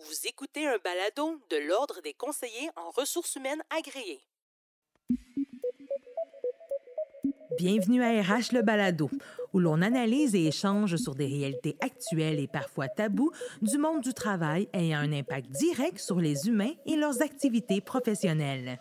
Vous écoutez un balado de l'Ordre des conseillers en ressources humaines agréés. Bienvenue à RH le balado, où l'on analyse et échange sur des réalités actuelles et parfois tabous du monde du travail ayant un impact direct sur les humains et leurs activités professionnelles.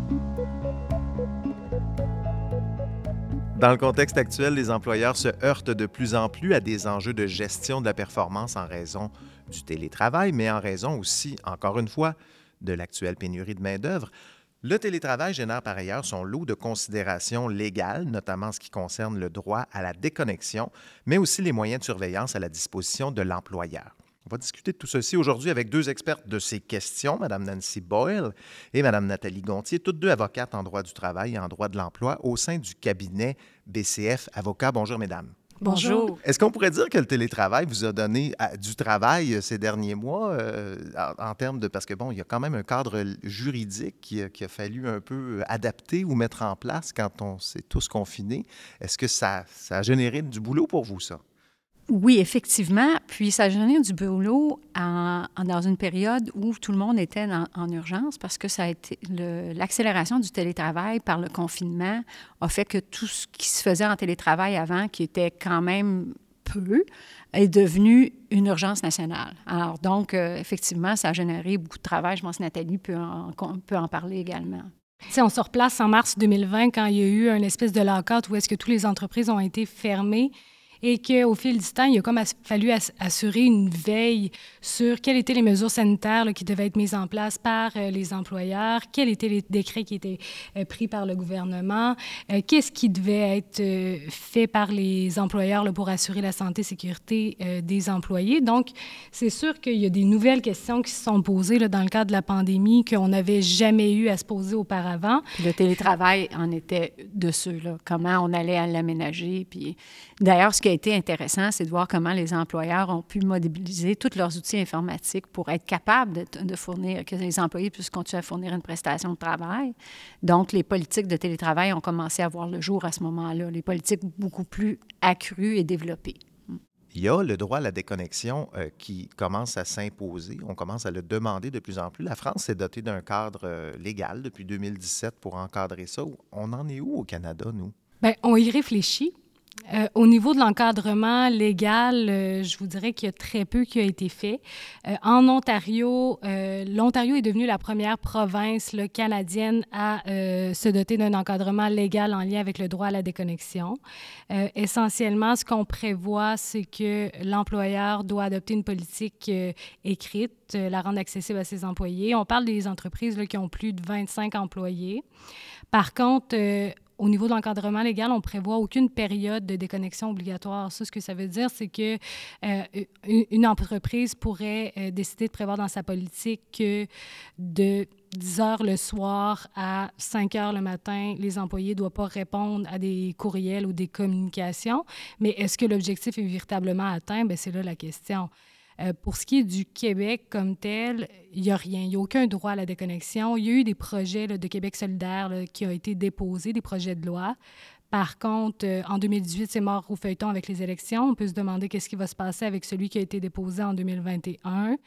Dans le contexte actuel, les employeurs se heurtent de plus en plus à des enjeux de gestion de la performance en raison du télétravail, mais en raison aussi, encore une fois, de l'actuelle pénurie de main-d'œuvre. Le télétravail génère par ailleurs son lot de considérations légales, notamment en ce qui concerne le droit à la déconnexion, mais aussi les moyens de surveillance à la disposition de l'employeur. On va discuter de tout ceci aujourd'hui avec deux expertes de ces questions, Mme Nancy Boyle et Mme Nathalie Gontier, toutes deux avocates en droit du travail et en droit de l'emploi au sein du cabinet BCF Avocats. Bonjour, mesdames. Bonjour. Est-ce qu'on pourrait dire que le télétravail vous a donné du travail ces derniers mois en termes de... Parce que, bon, il y a quand même un cadre juridique qu'il a fallu un peu adapter ou mettre en place quand on s'est tous confinés. Est-ce que ça a généré du boulot pour vous, ça? Oui, effectivement. Puis ça a généré du boulot dans une période où tout le monde était en urgence parce que ça a été l'accélération du télétravail par le confinement a fait que tout ce qui se faisait en télétravail avant, qui était quand même peu, est devenu une urgence nationale. Alors donc, effectivement, ça a généré beaucoup de travail. Je pense que Nathalie peut en parler également. T'sais, on se replace en mars 2020 quand il y a eu une espèce de lockout où est-ce que toutes les entreprises ont été fermées et qu'au fil du temps, il a comme fallu assurer une veille sur quelles étaient les mesures sanitaires là, qui devaient être mises en place par les employeurs, quels étaient les décrets qui étaient pris par le gouvernement, qu'est-ce qui devait être fait par les employeurs là, pour assurer la santé et sécurité des employés. Donc, c'est sûr qu'il y a des nouvelles questions qui se sont posées là, dans le cadre de la pandémie qu'on n'avait jamais eu à se poser auparavant. Puis le télétravail en était de ceux-là. Comment on allait l'aménager. Puis d'ailleurs, ce qui a été intéressant, c'est de voir comment les employeurs ont pu mobiliser tous leurs outils informatiques pour être capables de fournir, que les employés puissent continuer à fournir une prestation de travail. Donc, les politiques de télétravail ont commencé à voir le jour à ce moment-là, les politiques beaucoup plus accrues et développées. Il y a le droit à la déconnexion qui commence à s'imposer. On commence à le demander de plus en plus. La France s'est dotée d'un cadre légal depuis 2017 pour encadrer ça. On en est où au Canada, nous? Bien, on y réfléchit. Au niveau de l'encadrement légal, je vous dirais qu'il y a très peu qui a été fait. En Ontario, l'Ontario est devenu la première province là, canadienne à se doter d'un encadrement légal en lien avec le droit à la déconnexion. Essentiellement, ce qu'on prévoit, c'est que l'employeur doit adopter une politique écrite, la rendre accessible à ses employés. On parle des entreprises là, qui ont plus de 25 employés. Par contre, au niveau de l'encadrement légal, on ne prévoit aucune période de déconnexion obligatoire. Ça, ce que ça veut dire, c'est qu'une entreprise pourrait décider de prévoir dans sa politique que de 10 heures le soir à 5 heures le matin, les employés ne doivent pas répondre à des courriels ou des communications. Mais est-ce que l'objectif est véritablement atteint? Bien, c'est là la question. Pour ce qui est du Québec comme tel, il n'y a rien. Il n'y a aucun droit à la déconnexion. Il y a eu des projets là, de Québec solidaire là, qui ont été déposés, des projets de loi. Par contre, en 2018, c'est mort au feuilleton avec les élections. On peut se demander qu'est-ce qui va se passer avec celui qui a été déposé en 2021.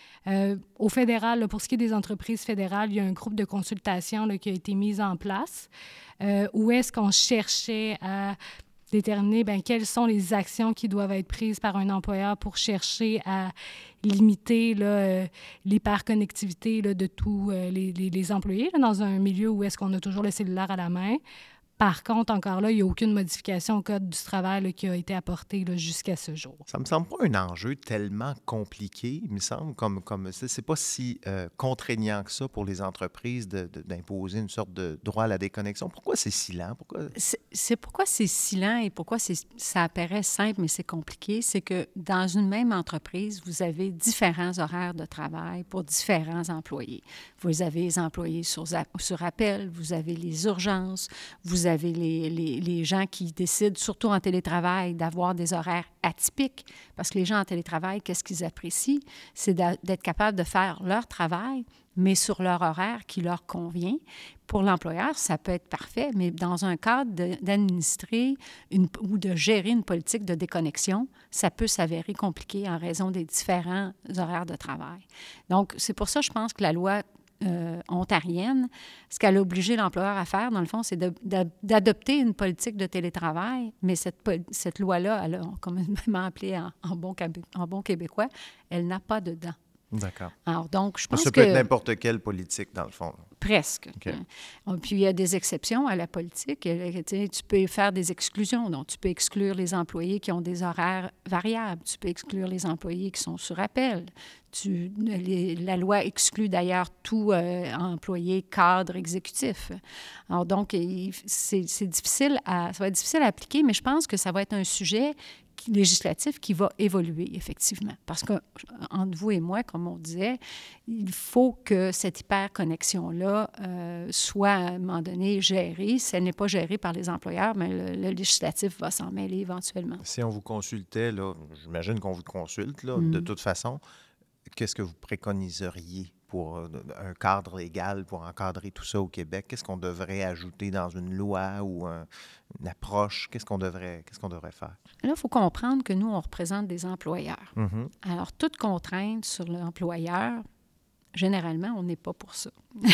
Au fédéral, là, pour ce qui est des entreprises fédérales, il y a un groupe de consultation là, qui a été mis en place où est-ce qu'on cherchait à déterminer quelles sont les actions qui doivent être prises par un employeur pour chercher à limiter là, l'hyperconnectivité là, de tous les employés là, dans un milieu où est-ce qu'on a toujours le cellulaire à la main. Par contre, encore là, il n'y a aucune modification au Code du travail là, qui a été apportée là, jusqu'à ce jour. Ça me semble pas un enjeu tellement compliqué, il me semble, comme c'est pas si contraignant que ça pour les entreprises d'imposer une sorte de droit à la déconnexion. Pourquoi c'est si lent? Pourquoi c'est si lent et pourquoi ça apparaît simple, mais c'est compliqué, c'est que dans une même entreprise, vous avez différents horaires de travail pour différents employés. Vous avez les employés sur appel, vous avez les urgences, vous avez les gens qui décident, surtout en télétravail, d'avoir des horaires atypiques. Parce que les gens en télétravail, qu'est-ce qu'ils apprécient? C'est d'être capable de faire leur travail mais sur leur horaire qui leur convient. Pour l'employeur, ça peut être parfait, mais dans un cadre d'administrer ou de gérer une politique de déconnexion, ça peut s'avérer compliqué en raison des différents horaires de travail. Donc, c'est pour ça, je pense que la loi ontarienne, ce qu'elle a obligé l'employeur à faire, dans le fond, c'est d'adopter une politique de télétravail, mais cette loi-là, elle a, comme même appelé en bon québécois, elle n'a pas de dents. D'accord. Alors, donc, je pense ça que... peut être n'importe quelle politique, dans le fond. Presque. Okay. Puis, il y a des exceptions à la politique. Tu peux faire des exclusions. Donc, tu peux exclure les employés qui ont des horaires variables. Tu peux exclure les employés qui sont sur appel. La loi exclut d'ailleurs tout employé cadre exécutif. Alors, donc, ça va être difficile à appliquer, mais je pense que ça va être un sujet législatif qui va évoluer, effectivement. Parce que, entre vous et moi, comme on disait, il faut que cette hyperconnexion-là soit, à un moment donné, gérée. Si elle n'est pas gérée par les employeurs, mais le législatif va s'en mêler éventuellement. Si on vous consultait, là, j'imagine qu'on vous consulte, là, de toute façon, qu'est-ce que vous préconiseriez pour un cadre légal pour encadrer tout ça au Québec? Qu'est-ce qu'on devrait ajouter dans une loi ou une approche? Qu'est-ce qu'on devrait faire? Là, il faut comprendre que nous, on représente des employeurs. Mm-hmm. Alors, toute contrainte sur l'employeur, généralement, on n'est pas pour ça.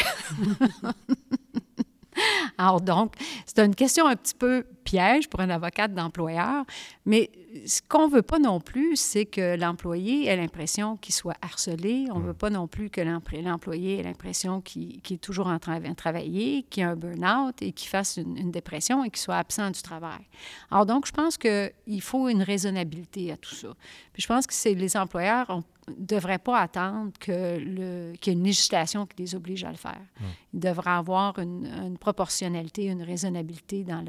Alors donc, c'est une question un petit peu piège pour un avocat d'employeur, mais ce qu'on ne veut pas non plus, c'est que l'employé ait l'impression qu'il soit harcelé. On ne veut pas non plus que l'employé ait l'impression qu'il est toujours en train de travailler, qu'il ait un burn-out et qu'il fasse une dépression et qu'il soit absent du travail. Alors donc, je pense qu'il faut une raisonnabilité à tout ça. Puis je pense que les employeurs ne devraient pas attendre qu'il y ait une législation qui les oblige à le faire. Ils devraient avoir une proportionnalité, une raisonnabilité dans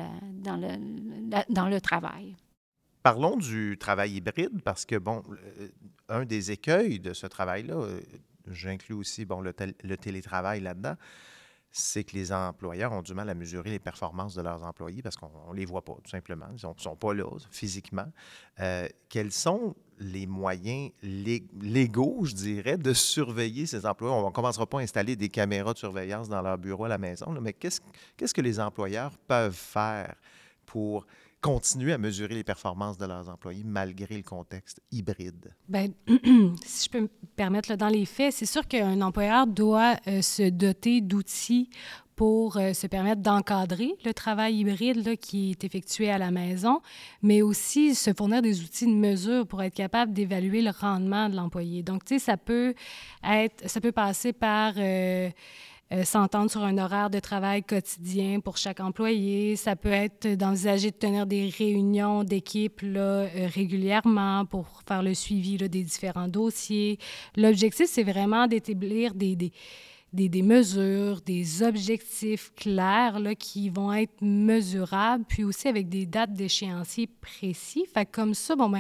le travail. Parlons du travail hybride parce que, bon, un des écueils de ce travail-là, j'inclus aussi, bon, le télétravail là-dedans, c'est que les employeurs ont du mal à mesurer les performances de leurs employés parce qu'on ne les voit pas, tout simplement. Ils ne sont pas là physiquement. Quels sont les moyens légaux, je dirais, de surveiller ces employés? On ne commencera pas à installer des caméras de surveillance dans leur bureau à la maison, là, mais qu'est-ce que les employeurs peuvent faire pour continuer à mesurer les performances de leurs employés malgré le contexte hybride? Bien, si je peux me permettre, là, dans les faits, c'est sûr qu'un employeur doit se doter d'outils pour se permettre d'encadrer le travail hybride là, qui est effectué à la maison, mais aussi se fournir des outils de mesure pour être capable d'évaluer le rendement de l'employé. Donc, tu sais, ça peut passer par s'entendre sur un horaire de travail quotidien pour chaque employé. Ça peut être d'envisager de tenir des réunions d'équipe là, régulièrement pour faire le suivi là, des différents dossiers. L'objectif, c'est vraiment d'établir des mesures, des objectifs clairs là, qui vont être mesurables, puis aussi avec des dates d'échéancier précis. Fait que comme ça, bon, ben,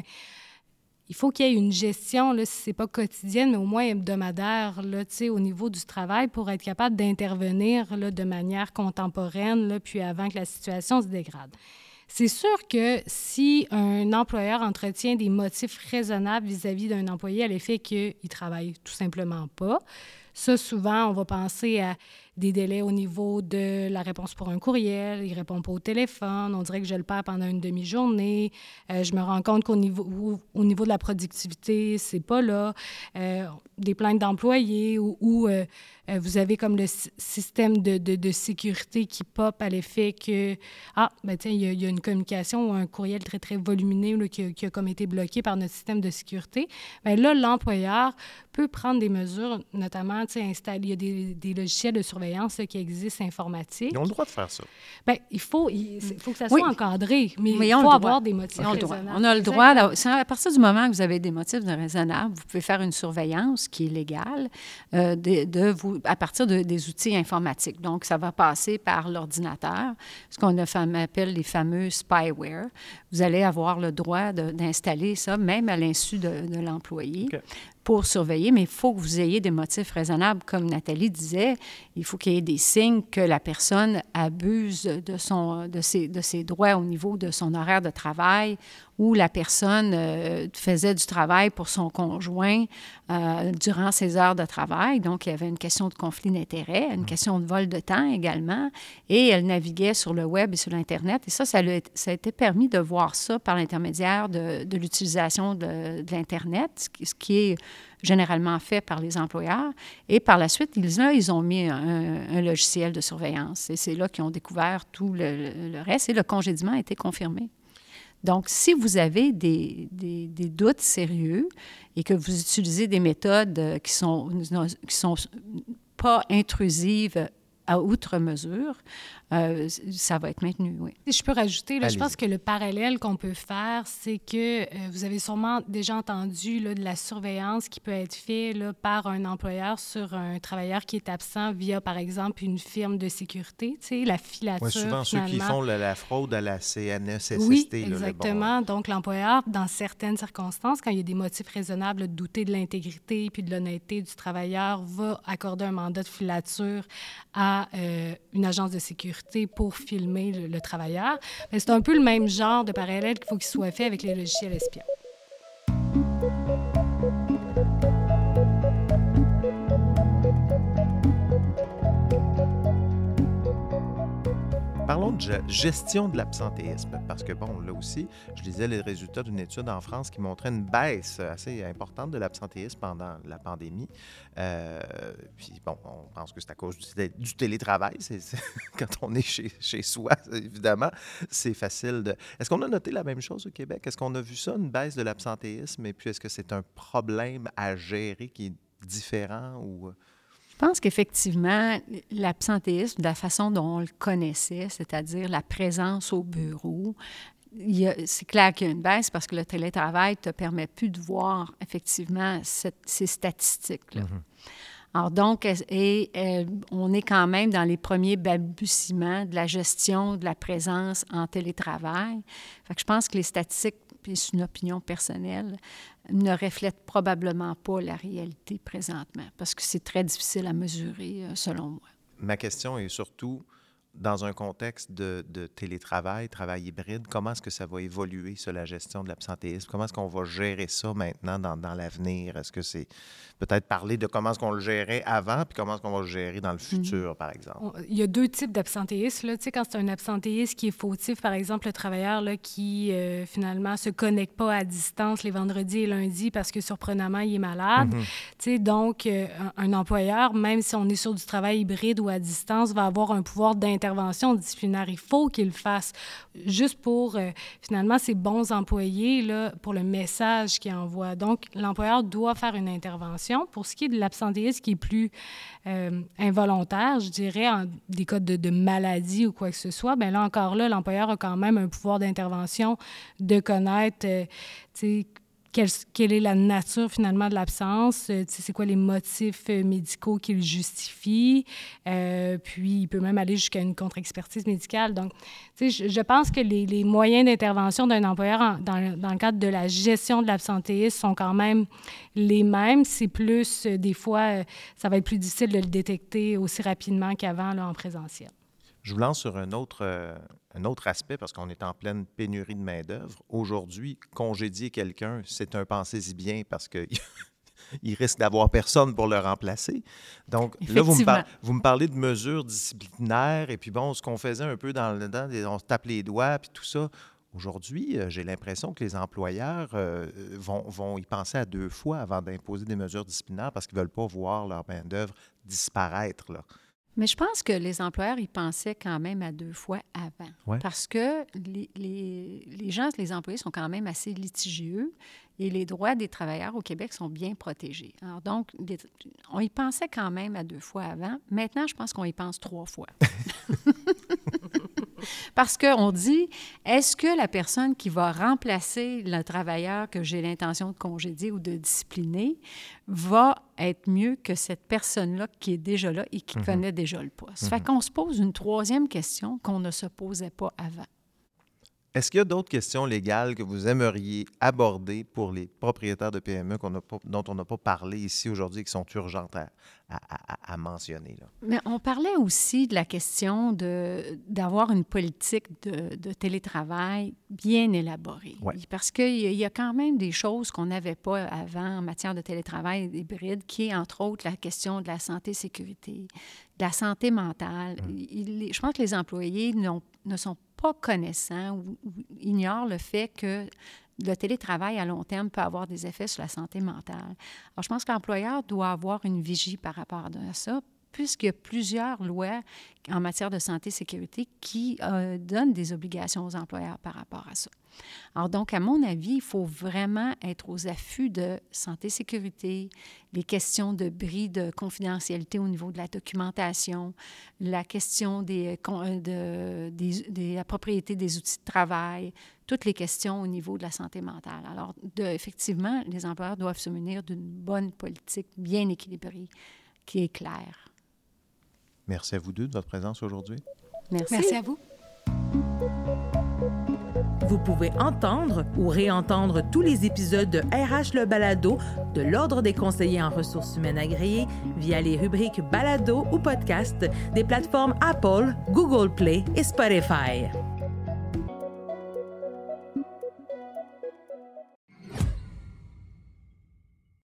il faut qu'il y ait une gestion, là, si ce n'est pas quotidienne, mais au moins hebdomadaire là, au niveau du travail pour être capable d'intervenir là, de manière contemporaine, là, puis avant que la situation se dégrade. C'est sûr que si un employeur entretient des motifs raisonnables vis-à-vis d'un employé à l'effet qu'il ne travaille tout simplement pas, ça, souvent, on va penser à des délais au niveau de la réponse pour un courriel, il ne répond pas au téléphone, on dirait que je le perds pendant une demi-journée, je me rends compte qu'au niveau de la productivité, c'est pas là, des plaintes d'employés où vous avez comme le système de sécurité qui pop à l'effet que, ben tiens, il y a une communication ou un courriel très, très volumineux là, qui a comme été bloqué par notre système de sécurité. Bien là, l'employeur peut prendre des mesures, notamment, installer, il y a des logiciels de surveillance là, qui existent informatiques. Ils ont le droit de faire ça. Bien, il faut que ça soit encadré, mais il faut avoir des motifs raisonnables. On a le droit, à partir du moment que vous avez des motifs raisonnables, vous pouvez faire une surveillance qui est légale à partir des outils informatiques. Donc, ça va passer par l'ordinateur, ce qu'on appelle les fameux spyware. Vous allez avoir le droit d'installer ça, même à l'insu de l'employé. Okay. pour surveiller, mais il faut que vous ayez des motifs raisonnables. Comme Nathalie disait, il faut qu'il y ait des signes que la personne abuse de ses droits au niveau de son horaire de travail, ou la personne faisait du travail pour son conjoint durant ses heures de travail. Donc, il y avait une question de conflit d'intérêts, une question de vol de temps également, et elle naviguait sur le web et sur l'Internet. Et ça a été permis de voir ça par l'intermédiaire de l'utilisation de l'Internet, ce qui est généralement fait par les employeurs. Et par la suite, ils ont mis un logiciel de surveillance. Et c'est là qu'ils ont découvert tout le reste. Et le congédiement a été confirmé. Donc, si vous avez des doutes sérieux et que vous utilisez des méthodes qui sont pas intrusives à outre mesure, ça va être maintenu, oui. Si je peux rajouter, là, je pense que le parallèle qu'on peut faire, c'est que vous avez sûrement déjà entendu là, de la surveillance qui peut être faite là, par un employeur sur un travailleur qui est absent via, par exemple, une firme de sécurité, tu sais, la filature. Oui, souvent finalement. ceux qui font la fraude à la CNESST. Oui, là, exactement. Donc, l'employeur, dans certaines circonstances, quand il y a des motifs raisonnables de douter de l'intégrité puis de l'honnêteté du travailleur, va accorder un mandat de filature à une agence de sécurité pour filmer le travailleur. Mais c'est un peu le même genre de parallèle qu'il faut qu'il soit fait avec les logiciels espions. Parlons de gestion de l'absentéisme, parce que, bon, là aussi, je lisais les résultats d'une étude en France qui montrait une baisse assez importante de l'absentéisme pendant la pandémie. Puis, bon, on pense que c'est à cause du télétravail. Quand on est chez soi, évidemment, c'est facile de... Est-ce qu'on a noté la même chose au Québec? Est-ce qu'on a vu ça, une baisse de l'absentéisme? Et puis, est-ce que c'est un problème à gérer qui est différent ou... Je pense qu'effectivement, l'absentéisme, de la façon dont on le connaissait, c'est-à-dire la présence au bureau, c'est clair qu'il y a une baisse parce que le télétravail ne te permet plus de voir effectivement ces statistiques-là. Mm-hmm. Alors donc, on est quand même dans les premiers balbutiements de la gestion de la présence en télétravail. Fait que je pense que les statistiques, puis c'est une opinion personnelle, ne reflètent probablement pas la réalité présentement, parce que c'est très difficile à mesurer, selon moi. Ma question est surtout, dans un contexte de télétravail, travail hybride, comment est-ce que ça va évoluer, ça, la gestion de l'absentéisme? Comment est-ce qu'on va gérer ça maintenant dans l'avenir? Est-ce que c'est peut-être parler de comment est-ce qu'on le gérait avant, puis comment est-ce qu'on va le gérer dans le futur, par exemple? Il y a deux types d'absentéisme. Là. Tu sais, quand c'est un absentéisme qui est fautif, par exemple, le travailleur là, qui, finalement, ne se connecte pas à distance les vendredis et lundis parce que, surprenamment, il est malade. Mm-hmm. Tu sais, donc, un employeur, même si on est sur du travail hybride ou à distance, va avoir un pouvoir d'intervention disciplinaire. Il faut qu'il le fasse juste pour, finalement, ses bons employés, là, pour le message qu'il envoie. Donc, l'employeur doit faire une intervention. Pour ce qui est de l'absentéisme qui est plus involontaire, je dirais, en des cas de maladie ou quoi que ce soit, bien là, encore là, l'employeur a quand même un pouvoir d'intervention de connaître, tu sais, quelle est la nature, finalement, de l'absence, c'est quoi les motifs médicaux qui le justifient, puis il peut même aller jusqu'à une contre-expertise médicale. Donc, tu sais, je pense que les moyens d'intervention d'un employeur dans le cadre de la gestion de l'absentéisme sont quand même les mêmes. C'est plus, des fois, ça va être plus difficile de le détecter aussi rapidement qu'avant, là, en présentiel. Je vous lance sur un autre aspect, parce qu'on est en pleine pénurie de main-d'œuvre. Aujourd'hui, congédier quelqu'un, c'est un pensez-y bien, parce qu'il risque d'avoir personne pour le remplacer. Donc, là, vous me parlez de mesures disciplinaires, et puis bon, ce qu'on faisait un peu dans on se tape les doigts, puis tout ça. Aujourd'hui, j'ai l'impression que les employeurs vont y penser à 2 fois avant d'imposer des mesures disciplinaires parce qu'ils ne veulent pas voir leur main-d'œuvre disparaître, là. Mais je pense que les employeurs y pensaient quand même à 2 fois avant. Ouais. Parce que les gens, les employés sont quand même assez litigieux et les droits des travailleurs au Québec sont bien protégés. Alors donc, on y pensait quand même à 2 fois avant. Maintenant, je pense qu'on y pense 3 fois. Parce qu'on dit, est-ce que la personne qui va remplacer le travailleur que j'ai l'intention de congédier ou de discipliner va être mieux que cette personne-là qui est déjà là et qui connaît déjà le poste? Fait qu'on se pose une 3e question qu'on ne se posait pas avant. Est-ce qu'il y a d'autres questions légales que vous aimeriez aborder pour les propriétaires de PME dont on n'a pas parlé ici aujourd'hui et qui sont urgentes à mentionner, là? Mais on parlait aussi de la question d'avoir une politique de télétravail bien élaborée. Ouais. Parce qu'il y a quand même des choses qu'on n'avait pas avant en matière de télétravail hybride, qui est entre autres la question de la santé-sécurité, de la santé mentale. Je pense que les employés ne sont pas connaissants ou ignorent le fait que le télétravail à long terme peut avoir des effets sur la santé mentale. Alors, je pense que l'employeur doit avoir une vigie par rapport à ça, puisqu'il y a plusieurs lois en matière de santé et sécurité qui donnent des obligations aux employeurs par rapport à ça. Alors donc, à mon avis, il faut vraiment être aux affûts de santé et sécurité, les questions de bris de confidentialité au niveau de la documentation, la question de la propriété des outils de travail, toutes les questions au niveau de la santé mentale. Alors, effectivement, les employeurs doivent se munir d'une bonne politique bien équilibrée, qui est claire. Merci à vous deux de votre présence aujourd'hui. Merci. Merci à vous. Vous pouvez entendre ou réentendre tous les épisodes de RH Le Balado de l'Ordre des conseillers en ressources humaines agréés via les rubriques Balado ou Podcast des plateformes Apple, Google Play et Spotify.